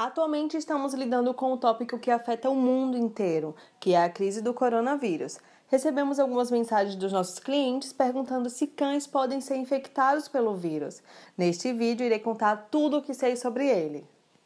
Atualmente estamos lidando com um tópico que afeta o mundo inteiro, que é a crise do coronavírus. Recebemos algumas mensagens dos nossos clientes perguntando se cães podem ser infectados pelo vírus. Neste vídeo irei contar tudo o que sei sobre ele.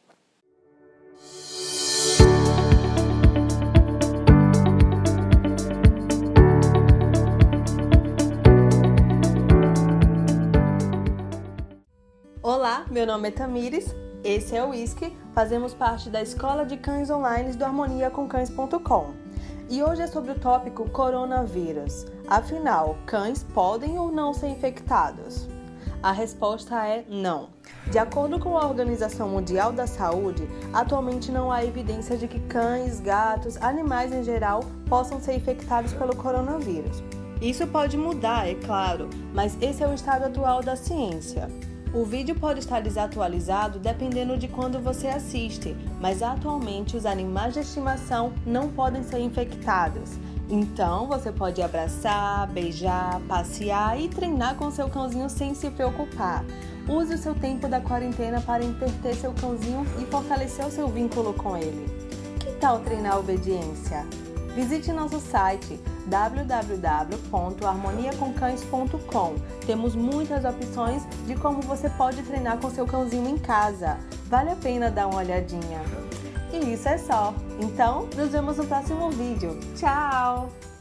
Olá, meu nome é Tamires. Esse é o Whisky, fazemos parte da Escola de Cães Online do harmoniaconcães.com. E hoje é sobre o tópico coronavírus. Afinal, cães podem ou não ser infectados? A resposta é não. De acordo com a Organização Mundial da Saúde, atualmente não há evidência de que cães, gatos, animais em geral possam ser infectados pelo coronavírus. Isso pode mudar, é claro, mas esse é o estado atual da ciência. O vídeo pode estar desatualizado dependendo de quando você assiste, mas atualmente os animais de estimação não podem ser infectados. Então você pode abraçar, beijar, passear e treinar com seu cãozinho sem se preocupar. Use o seu tempo da quarentena para entreter seu cãozinho e fortalecer o seu vínculo com ele. Que tal treinar a obediência? Visite nosso site www.harmoniaconcães.com. Temos muitas opções de como você pode treinar com seu cãozinho em casa. Vale a pena dar uma olhadinha. E isso é só. Então, nos vemos no próximo vídeo. Tchau!